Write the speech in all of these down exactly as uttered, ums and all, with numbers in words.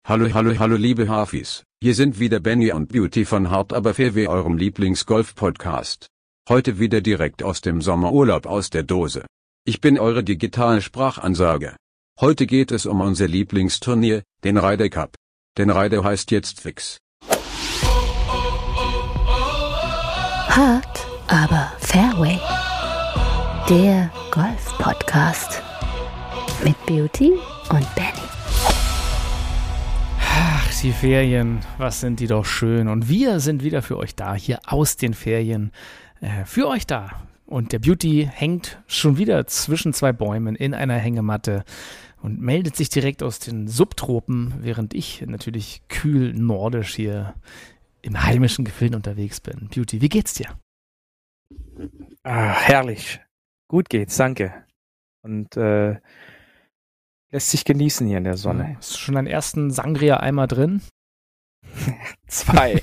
Hallo, hallo, hallo liebe Hafis, hier sind wieder Benny und Beauty von Hard aber fair, wie eurem Lieblings-Golf-Podcast. Heute wieder direkt aus dem Sommerurlaub aus der Dose. Ich bin eure digitale Sprachansage. Heute geht es um unser Lieblingsturnier, den Ryder Cup. Den Ryder heißt jetzt fix. Hard aber Fairway. Der Golf-Podcast. Mit Beauty und Benny. Ach, die Ferien, was sind die doch schön. Und wir sind wieder für euch da, hier aus den Ferien, äh, für euch da. Und der Beauty hängt schon wieder zwischen zwei Bäumen in einer Hängematte und meldet sich direkt aus den Subtropen, während ich natürlich kühl nordisch hier im heimischen Gefilde unterwegs bin. Beauty, wie geht's dir? Ah, herrlich. Gut geht's, danke. Und äh, lässt sich genießen hier in der Sonne. Hast du schon deinen ersten Sangria-Eimer drin? Zwei.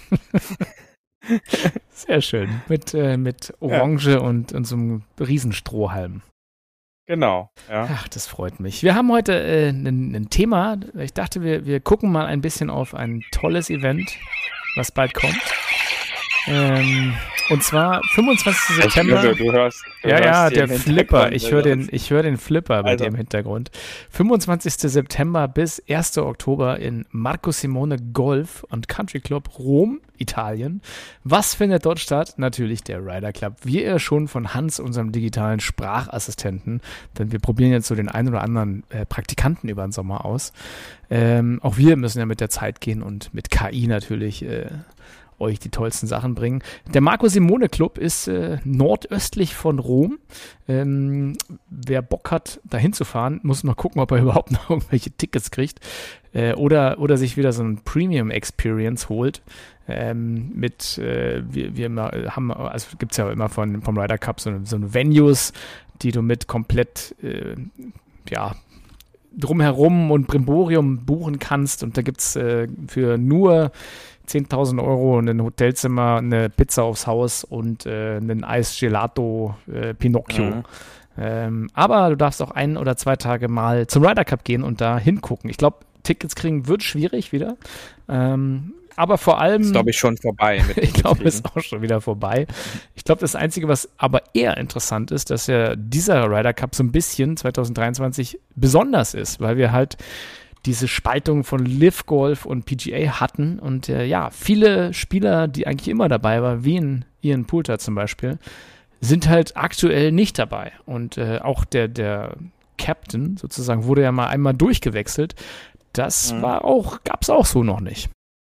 Sehr schön. Mit, äh, mit Orange ja. und, und so einem Riesenstrohhalm. Genau, ja. Ach, das freut mich. Wir haben heute äh, ein, ein Thema. Ich dachte, wir, wir gucken mal ein bisschen auf ein tolles Event, was bald kommt. Ähm, und zwar fünfundzwanzigsten September. Also, du hörst, du ja, hörst ja, der Flipper. Ich höre den, also. ich höre den Flipper bei Also. dir im Hintergrund. fünfundzwanzigsten September bis ersten Oktober in Marco Simone Golf und Country Club Rom, Italien. Was findet dort statt? Natürlich der Ryder Cup. Wie ihr schon von Hans, unserem digitalen Sprachassistenten, denn wir probieren jetzt so den einen oder anderen äh, Praktikanten über den Sommer aus. Ähm, auch wir müssen ja mit der Zeit gehen und mit K I natürlich äh, euch die tollsten Sachen bringen. Der Marco Simone Club ist äh, nordöstlich von Rom. Ähm, wer Bock hat, dahin zu fahren, muss noch gucken, ob er überhaupt noch irgendwelche Tickets kriegt äh, oder, oder sich wieder so ein Premium Experience holt. Ähm, mit, äh, wir, wir immer haben, also gibt es ja immer von, vom Ryder Cup so, so eine Venues, die du mit komplett, äh, ja, drumherum und Brimborium buchen kannst, und da gibt es äh, für nur zehntausend Euro ein Hotelzimmer, eine Pizza aufs Haus und äh, einen Eis-Gelato äh, Pinocchio. Mhm. Ähm, aber du darfst auch ein oder zwei Tage mal zum Ryder Cup gehen und da hingucken. Ich glaube, Tickets kriegen wird schwierig wieder. Ähm, aber vor allem... Das ist, glaube ich, schon vorbei. Mit ich glaube, ist auch schon wieder vorbei. Ich glaube, das Einzige, was aber eher interessant ist, dass ja dieser Ryder Cup so ein bisschen zwanzig dreiundzwanzig besonders ist, weil wir halt diese Spaltung von Live Golf und P G A hatten und äh, ja, viele Spieler, die eigentlich immer dabei waren, wie in Ian Poulter zum Beispiel, sind halt aktuell nicht dabei. Und äh, auch der, der Captain sozusagen wurde ja mal einmal durchgewechselt. Das mhm. war auch, gab es auch so noch nicht.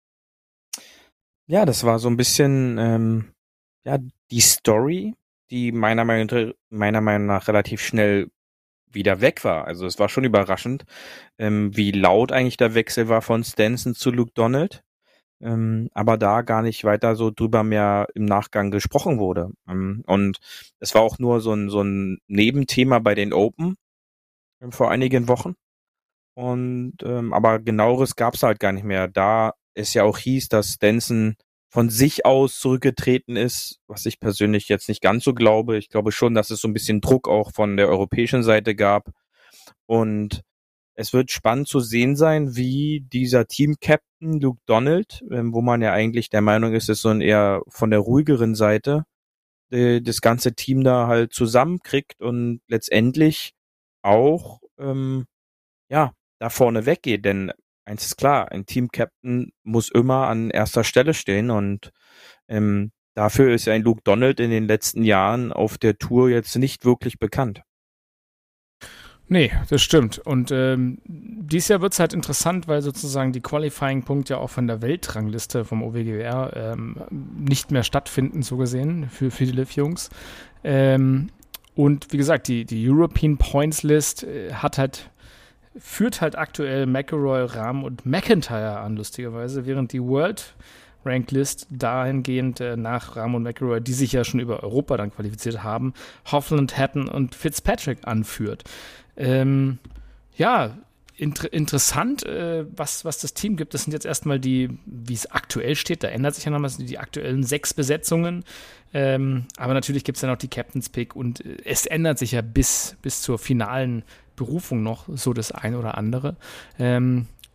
Ja, das war so ein bisschen ähm, ja, die Story, die meiner Meinung, meiner Meinung nach relativ schnell wieder weg war. Also es war schon überraschend, ähm, wie laut eigentlich der Wechsel war von Stenson zu Luke Donald, ähm, aber da gar nicht weiter so drüber mehr im Nachgang gesprochen wurde. Ähm, und es war auch nur so ein, so ein Nebenthema bei den Open ähm, vor einigen Wochen. Und ähm, aber genaueres gab es halt gar nicht mehr. Da es ja auch hieß, dass Stenson von sich aus zurückgetreten ist, was ich persönlich jetzt nicht ganz so glaube. Ich glaube schon, dass es so ein bisschen Druck auch von der europäischen Seite gab. Und es wird spannend zu sehen sein, wie dieser Team-Captain Luke Donald, ähm, wo man ja eigentlich der Meinung ist, ist so ein eher von der ruhigeren Seite, äh, das ganze Team da halt zusammenkriegt und letztendlich auch ähm, ja da vorne weggeht. Denn eins ist klar, ein Team-Captain muss immer an erster Stelle stehen, und ähm, dafür ist ja ein Luke Donald in den letzten Jahren auf der Tour jetzt nicht wirklich bekannt. Nee, das stimmt. Und ähm, dieses Jahr wird es halt interessant, weil sozusagen die Qualifying-Punkte ja auch von der Weltrangliste vom O W G R ähm, nicht mehr stattfinden, so gesehen, für, für die Liv-Jungs. Ähm, und wie gesagt, die, die European Points List äh, hat halt führt halt aktuell McIlroy, Rahm und McIntyre an, lustigerweise, während die World Ranklist dahingehend äh, nach Rahm und McIlroy, die sich ja schon über Europa dann qualifiziert haben, Hovland, Hatton und Fitzpatrick anführt. Ähm, ja, inter- interessant, äh, was, was das Team gibt. Das sind jetzt erstmal die, wie es aktuell steht, da ändert sich ja nochmal die aktuellen sechs Besetzungen. Ähm, aber natürlich gibt es ja noch die Captain's Pick, und äh, es ändert sich ja bis, bis zur finalen Berufung noch so das eine oder andere. Ähm,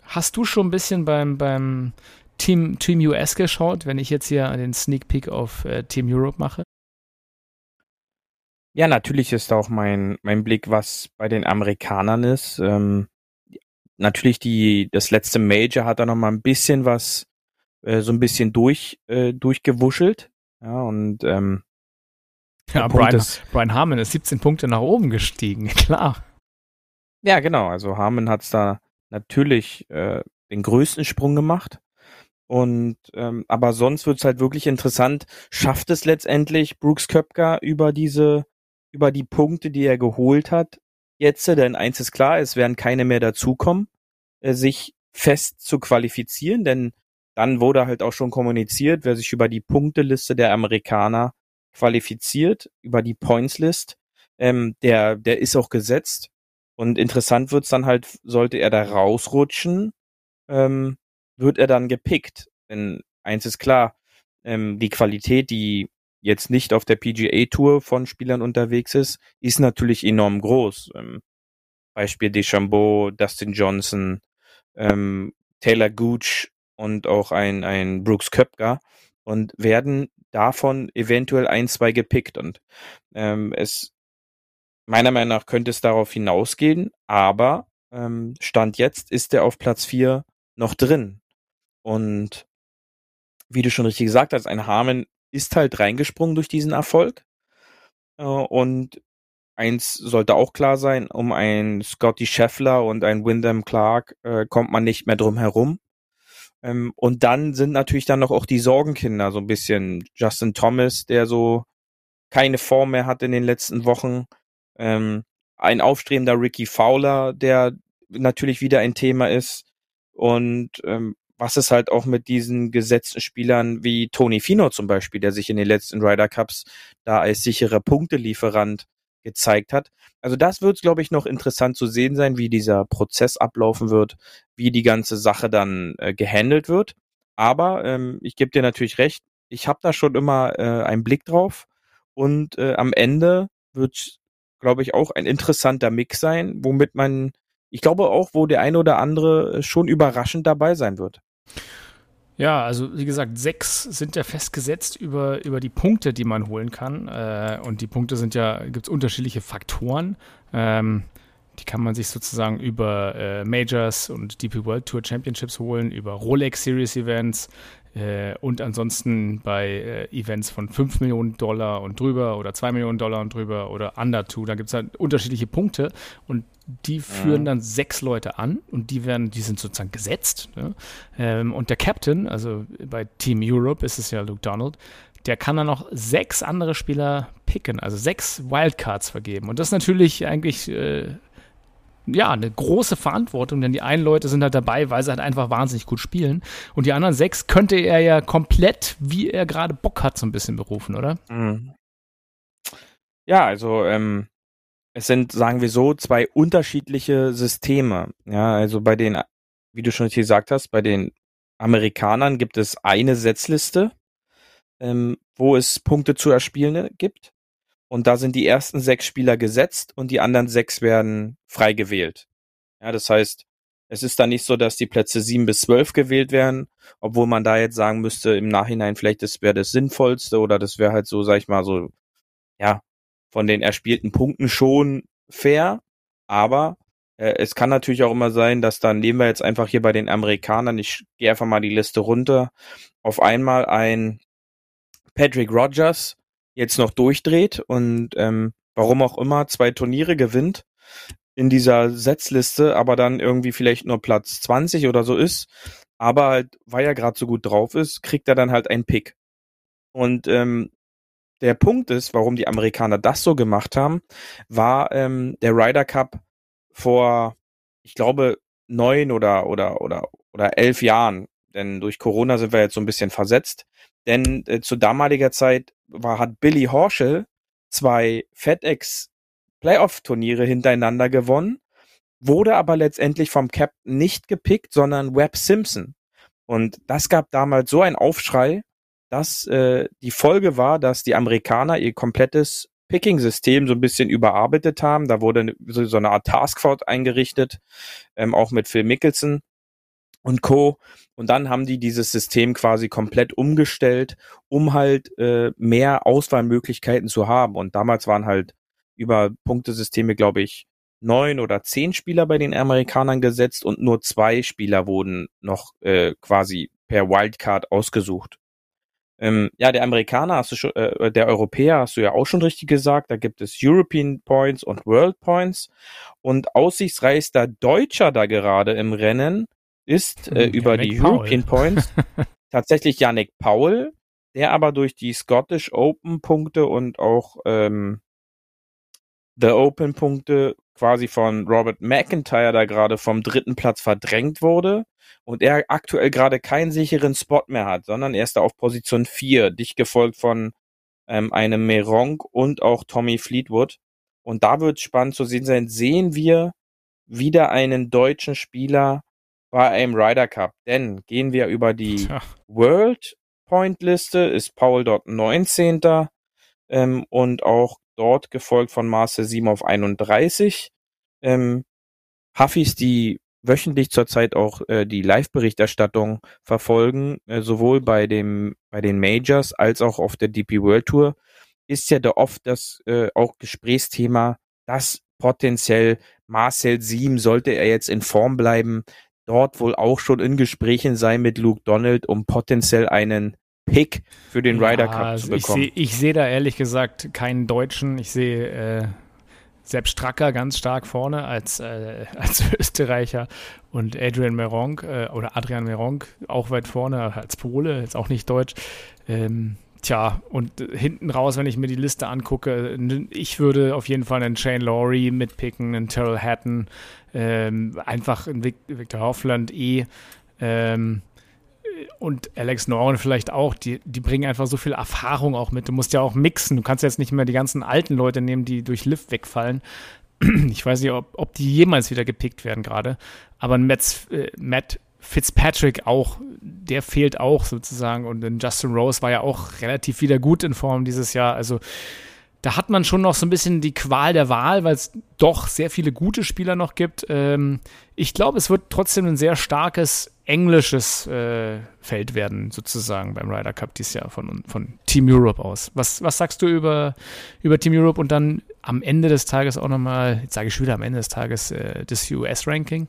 Hast du schon ein bisschen beim, beim Team, Team U S geschaut, wenn ich jetzt hier den Sneak Peek auf äh, Team Europe mache? Ja, natürlich ist auch mein, mein Blick, was bei den Amerikanern ist. Ähm, natürlich die, das letzte Major hat da noch mal ein bisschen was, äh, so ein bisschen durch, äh, durchgewuschelt. Ja, und, ähm, Ja, Brian, Brian Harman ist siebzehn Punkte nach oben gestiegen, klar. Ja, genau. Also Harman hat's da natürlich äh, den größten Sprung gemacht. Und ähm, aber sonst wird's halt wirklich interessant. Schafft es letztendlich Brooks Koepka über diese, über die Punkte, die er geholt hat, jetzt? Denn eins ist klar, es werden keine mehr dazukommen, äh, sich fest zu qualifizieren, denn dann wurde halt auch schon kommuniziert, wer sich über die Punkteliste der Amerikaner qualifiziert, über die Points List, ähm, der, der ist auch gesetzt. Und interessant wird's dann halt, sollte er da rausrutschen, ähm, wird er dann gepickt. Denn eins ist klar, ähm, die Qualität, die jetzt nicht auf der P G A Tour von Spielern unterwegs ist, ist natürlich enorm groß. Ähm, Beispiel DeChambeau, Dustin Johnson, ähm, Taylor Gooch und auch ein, ein Brooks Koepka und werden davon eventuell ein, zwei gepickt. Und ähm, es meiner Meinung nach könnte es darauf hinausgehen, aber ähm, Stand jetzt ist er auf Platz vier noch drin. Und wie du schon richtig gesagt hast, ein Harman ist halt reingesprungen durch diesen Erfolg. Äh, und eins sollte auch klar sein, um einen Scotty Scheffler und einen Wyndham Clark äh, kommt man nicht mehr drum herum. Ähm, und dann sind natürlich dann noch auch die Sorgenkinder, so ein bisschen Justin Thomas, der so keine Form mehr hat in den letzten Wochen. Ähm, ein aufstrebender Ricky Fowler, der natürlich wieder ein Thema ist. Und ähm, was ist halt auch mit diesen gesetzten Spielern wie Tony Finau zum Beispiel, der sich in den letzten Ryder Cups da als sicherer Punktelieferant gezeigt hat. Also das wird, glaube ich, noch interessant zu sehen sein, wie dieser Prozess ablaufen wird, wie die ganze Sache dann äh, gehandelt wird. Aber ähm, ich gebe dir natürlich recht, ich habe da schon immer äh, einen Blick drauf und äh, am Ende wird, glaube ich, auch ein interessanter Mix sein, womit man, ich glaube auch, wo der eine oder andere schon überraschend dabei sein wird. Ja, also wie gesagt, sechs sind ja festgesetzt über, über die Punkte, die man holen kann. Äh, und die Punkte sind ja, gibt es unterschiedliche Faktoren. Ähm, die kann man sich sozusagen über äh, Majors und D P World Tour Championships holen, über Rolex Series Events äh, und ansonsten bei äh, Events von fünf Millionen Dollar und drüber oder zwei Millionen Dollar und drüber oder Under Two. Da gibt es halt unterschiedliche Punkte und die führen dann sechs Leute an und die werden, die sind sozusagen gesetzt. Ne? Ähm, und der Captain, also bei Team Europe ist es ja Luke Donald, der kann dann noch sechs andere Spieler picken, also sechs Wildcards vergeben. Und das ist natürlich eigentlich äh, ja, eine große Verantwortung, denn die einen Leute sind halt dabei, weil sie halt einfach wahnsinnig gut spielen. Und die anderen sechs könnte er ja komplett, wie er gerade Bock hat, so ein bisschen berufen, oder? Mhm. Ja, also ähm, es sind, sagen wir so, zwei unterschiedliche Systeme. Ja, also bei den, wie du schon richtig gesagt hast, bei den Amerikanern gibt es eine Setzliste, ähm, wo es Punkte zu erspielen gibt. Und da sind die ersten sechs Spieler gesetzt und die anderen sechs werden frei gewählt. Ja, das heißt, es ist dann nicht so, dass die Plätze sieben bis zwölf gewählt werden, obwohl man da jetzt sagen müsste, im Nachhinein vielleicht das wäre das Sinnvollste oder das wäre halt so, sag ich mal, so, ja, von den erspielten Punkten schon fair. Aber äh, es kann natürlich auch immer sein, dass dann, nehmen wir jetzt einfach hier bei den Amerikanern, ich gehe einfach mal die Liste runter, auf einmal ein Patrick Rogers jetzt noch durchdreht und ähm, warum auch immer zwei Turniere gewinnt in dieser Setzliste, aber dann irgendwie vielleicht nur Platz zwanzig oder so ist, aber halt, weil er gerade so gut drauf ist, kriegt er dann halt einen Pick. Und ähm, der Punkt ist, warum die Amerikaner das so gemacht haben, war ähm, der Ryder Cup vor, ich glaube, neun oder oder oder oder elf Jahren. Denn durch Corona sind wir jetzt so ein bisschen versetzt. Denn äh, zu damaliger Zeit war, hat Billy Horschel zwei FedEx Playoff-Turniere hintereinander gewonnen, wurde aber letztendlich vom Captain nicht gepickt, sondern Webb Simpson. Und das gab damals so einen Aufschrei, dass äh, die Folge war, dass die Amerikaner ihr komplettes Picking-System so ein bisschen überarbeitet haben. Da wurde so, so eine Art Taskforce eingerichtet, ähm, auch mit Phil Mickelson. und Co. Und dann haben die dieses System quasi komplett umgestellt, um halt äh, mehr Auswahlmöglichkeiten zu haben. Und damals waren halt über Punktesysteme, glaube ich, neun oder zehn Spieler bei den Amerikanern gesetzt und nur zwei Spieler wurden noch äh, quasi per Wildcard ausgesucht. Ähm, ja, der Amerikaner, hast du schon, äh, der Europäer, hast du ja auch schon richtig gesagt, da gibt es European Points und World Points. Und aussichtsreichster Deutscher da gerade im Rennen ist äh, über Yannick die Paul. European Points tatsächlich Yannick Paul, der aber durch die Scottish Open Punkte und auch ähm, The Open Punkte quasi von Robert McIntyre da gerade vom dritten Platz verdrängt wurde und er aktuell gerade keinen sicheren Spot mehr hat, sondern er ist da auf Position vier, dicht gefolgt von ähm, einem Meronk und auch Tommy Fleetwood. Und da wird spannend zu sehen sein, sehen wir wieder einen deutschen Spieler bei einem Ryder Cup. Denn gehen wir über die Tja. World Point Liste, ist Paul dort neunzehnter Ähm, und auch dort gefolgt von Marcel sieben auf einunddreißig. Ähm, Hafis, die wöchentlich zurzeit auch äh, die Live-Berichterstattung verfolgen, äh, sowohl bei dem bei den Majors als auch auf der D P World Tour, ist ja da oft das äh, auch Gesprächsthema, dass potenziell Marcel Siem, sollte er jetzt in Form bleiben, dort wohl auch schon in Gesprächen sein mit Luke Donald, um potenziell einen Pick für den Ryder Cup also zu bekommen. Ich sehe ich seh da ehrlich gesagt keinen Deutschen. Ich sehe äh, Sepp Stracker ganz stark vorne als, äh, als Österreicher und Adrian Meronk äh, oder Adrian Meronk auch weit vorne als Pole, jetzt auch nicht deutsch. Ähm, tja, und äh, hinten raus, wenn ich mir die Liste angucke, ich würde auf jeden Fall einen Shane Lowry mitpicken, einen Tyrrell Hatton, ähm, einfach einen Vic- Victor Hovland eh, ähm, und Alex Noren vielleicht auch, die, die bringen einfach so viel Erfahrung auch mit. Du musst ja auch mixen. Du kannst jetzt nicht mehr die ganzen alten Leute nehmen, die durch Lift wegfallen. Ich weiß nicht, ob, ob die jemals wieder gepickt werden gerade. Aber ein Matt, äh, Matt Fitzpatrick auch, der fehlt auch sozusagen. Und ein Justin Rose war ja auch relativ wieder gut in Form dieses Jahr. Also da hat man schon noch so ein bisschen die Qual der Wahl, weil es doch sehr viele gute Spieler noch gibt. Ähm, ich glaube, es wird trotzdem ein sehr starkes englisches äh, Feld werden, sozusagen beim Ryder Cup dieses Jahr von, von Team Europe aus. Was, was sagst du über, über Team Europe und dann am Ende des Tages auch nochmal, jetzt sage ich schon wieder am Ende des Tages, äh, das U S-Ranking?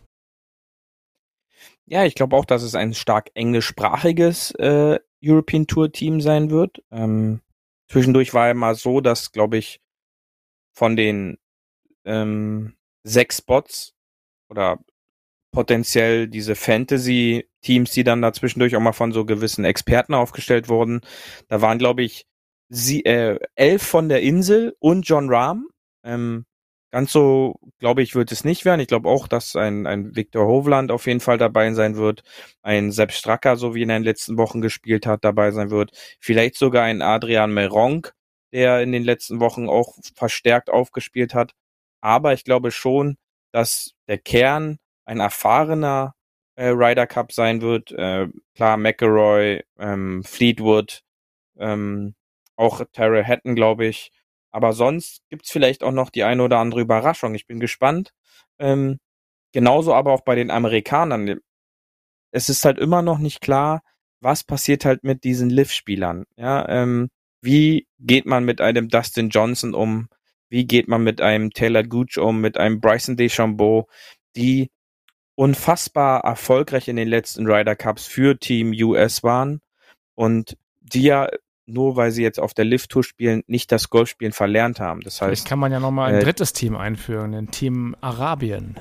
Ja, ich glaube auch, dass es ein stark englischsprachiges äh, European Tour Team sein wird. Ähm, zwischendurch war ja mal so, dass, glaube ich, von den ähm, sechs Spots oder potenziell diese Fantasy-Teams, die dann da zwischendurch auch mal von so gewissen Experten aufgestellt wurden, da waren, glaube ich, sie, äh, elf von der Insel und John Rahm. Ähm, ganz so, glaube ich, wird es nicht werden. Ich glaube auch, dass ein, ein Victor Hovland auf jeden Fall dabei sein wird, ein Sepp Stracker, so wie in den letzten Wochen gespielt hat, dabei sein wird. Vielleicht sogar ein Adrian Meronk, der in den letzten Wochen auch verstärkt aufgespielt hat. Aber ich glaube schon, dass der Kern ein erfahrener äh, Ryder Cup sein wird. Äh, klar, McIlroy, ähm, Fleetwood, ähm, auch Tyrrell Hatton, glaube ich. Aber sonst gibt's vielleicht auch noch die eine oder andere Überraschung. Ich bin gespannt. Ähm, genauso aber auch bei den Amerikanern. Es ist halt immer noch nicht klar, was passiert halt mit diesen Liv-Spielern. Ja, ähm, wie geht man mit einem Dustin Johnson um? Wie geht man mit einem Taylor Gooch um? Mit einem Bryson DeChambeau, die unfassbar erfolgreich in den letzten Ryder Cups für Team U S waren und die ja, nur weil sie jetzt auf der Liv Tour spielen, nicht das Golfspielen verlernt haben. Das heißt, Vielleicht kann man ja nochmal ein äh, drittes Team einführen, ein Team Arabien.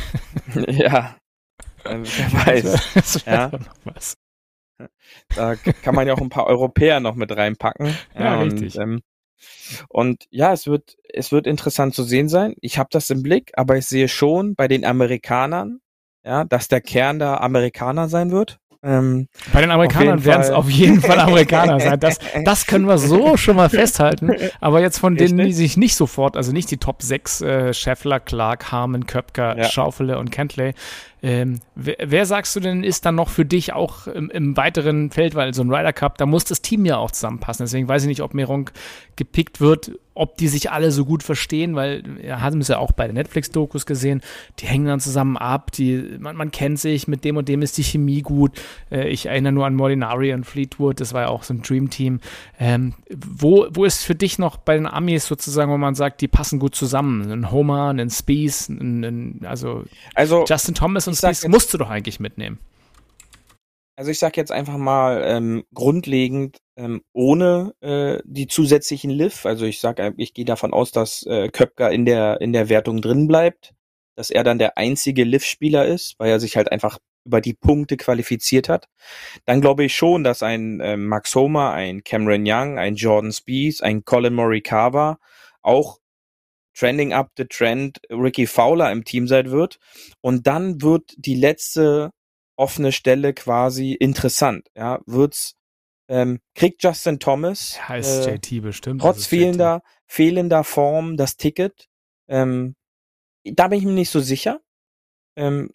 ja, äh, wer weiß. Das wäre Ja. doch noch was. Da kann man ja auch ein paar Europäer noch mit reinpacken. Ja, und, richtig. Ähm, und ja, es wird, es wird interessant zu sehen sein. Ich habe das im Blick, aber ich sehe schon bei den Amerikanern, ja, dass der Kern da Amerikaner sein wird. Ähm, Bei den Amerikanern auf jeden werden es Fall. auf jeden Fall Amerikaner sein. Das, das können wir so schon mal festhalten. Aber jetzt von denen, die Richtig. sich nicht sofort, also nicht die Top sechs, äh, Scheffler, Clark, Harmon, Köpker, Ja. Schaufele und Cantlay. Ähm, wer, wer sagst du denn, ist dann noch für dich auch im, im weiteren Feld, weil so ein Ryder Cup, da muss das Team ja auch zusammenpassen. Deswegen weiß ich nicht, ob Meronk gepickt wird, ob die sich alle so gut verstehen, weil wir haben es ja auch bei den Netflix-Dokus gesehen, die hängen dann zusammen ab, die, man, man kennt sich, mit dem und dem ist die Chemie gut. Äh, ich erinnere nur an Molinari und Fleetwood, das war ja auch so ein Dream-Team. Ähm, wo, wo ist für dich noch bei den Amis sozusagen, wo man sagt, die passen gut zusammen? Ein Homer, ein Spieth, ein, ein, also, also Justin Thomas und Spieth musst du doch eigentlich mitnehmen. Also ich sag jetzt einfach mal ähm, grundlegend ähm, ohne äh, die zusätzlichen Liv. Also ich sag, ich gehe davon aus, dass äh, Koepka in der in der Wertung drin bleibt, dass er dann der einzige Liv-Spieler ist, weil er sich halt einfach über die Punkte qualifiziert hat. Dann glaube ich schon, dass ein äh, Max Homa, ein Cameron Young, ein Jordan Spieth, ein Colin Morikawa auch trending up the trend Ricky Fowler im Team sein wird. Und dann wird die letzte offene Stelle quasi interessant. Ja, wird's, ähm, kriegt Justin Thomas heißt äh, J T bestimmt, trotz fehlender, J T. fehlender Form das Ticket? Ähm, da bin ich mir nicht so sicher. Ähm,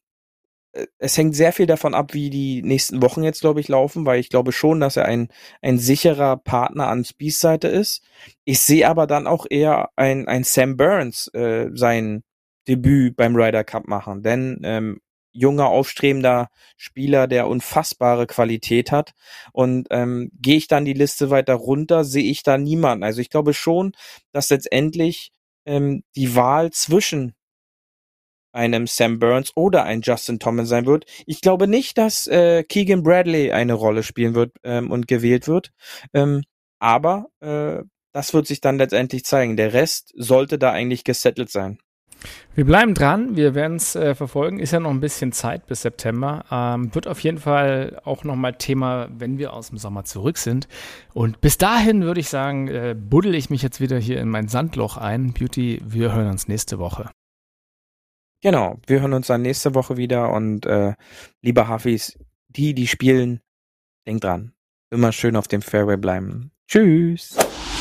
es hängt sehr viel davon ab, wie die nächsten Wochen jetzt, glaube ich, laufen, weil ich glaube schon, dass er ein, ein sicherer Partner an Spieths Seite ist. Ich sehe aber dann auch eher ein, ein Sam Burns äh, sein Debüt beim Ryder Cup machen, denn ähm, junger, aufstrebender Spieler, der unfassbare Qualität hat. Und ähm, gehe ich dann die Liste weiter runter, sehe ich da niemanden. Also ich glaube schon, dass letztendlich ähm, die Wahl zwischen einem Sam Burns oder ein Justin Thomas sein wird. Ich glaube nicht, dass äh, Keegan Bradley eine Rolle spielen wird ähm, und gewählt wird. Ähm, aber äh, das wird sich dann letztendlich zeigen. Der Rest sollte da eigentlich gesettelt sein. Wir bleiben dran, wir werden es äh, verfolgen. Ist ja noch ein bisschen Zeit bis September. Ähm, wird auf jeden Fall auch nochmal Thema, wenn wir aus dem Sommer zurück sind. Und bis dahin würde ich sagen, äh, buddel ich mich jetzt wieder hier in mein Sandloch ein. Beauty, wir hören uns nächste Woche. Genau, wir hören uns dann nächste Woche wieder. Und äh, lieber Hafis, die, die spielen, denkt dran, immer schön auf dem Fairway bleiben. Tschüss!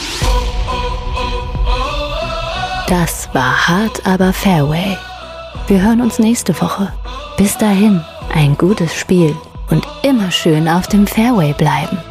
Das war Hart aber Fairway. Wir hören uns nächste Woche. Bis dahin, ein gutes Spiel und immer schön auf dem Fairway bleiben.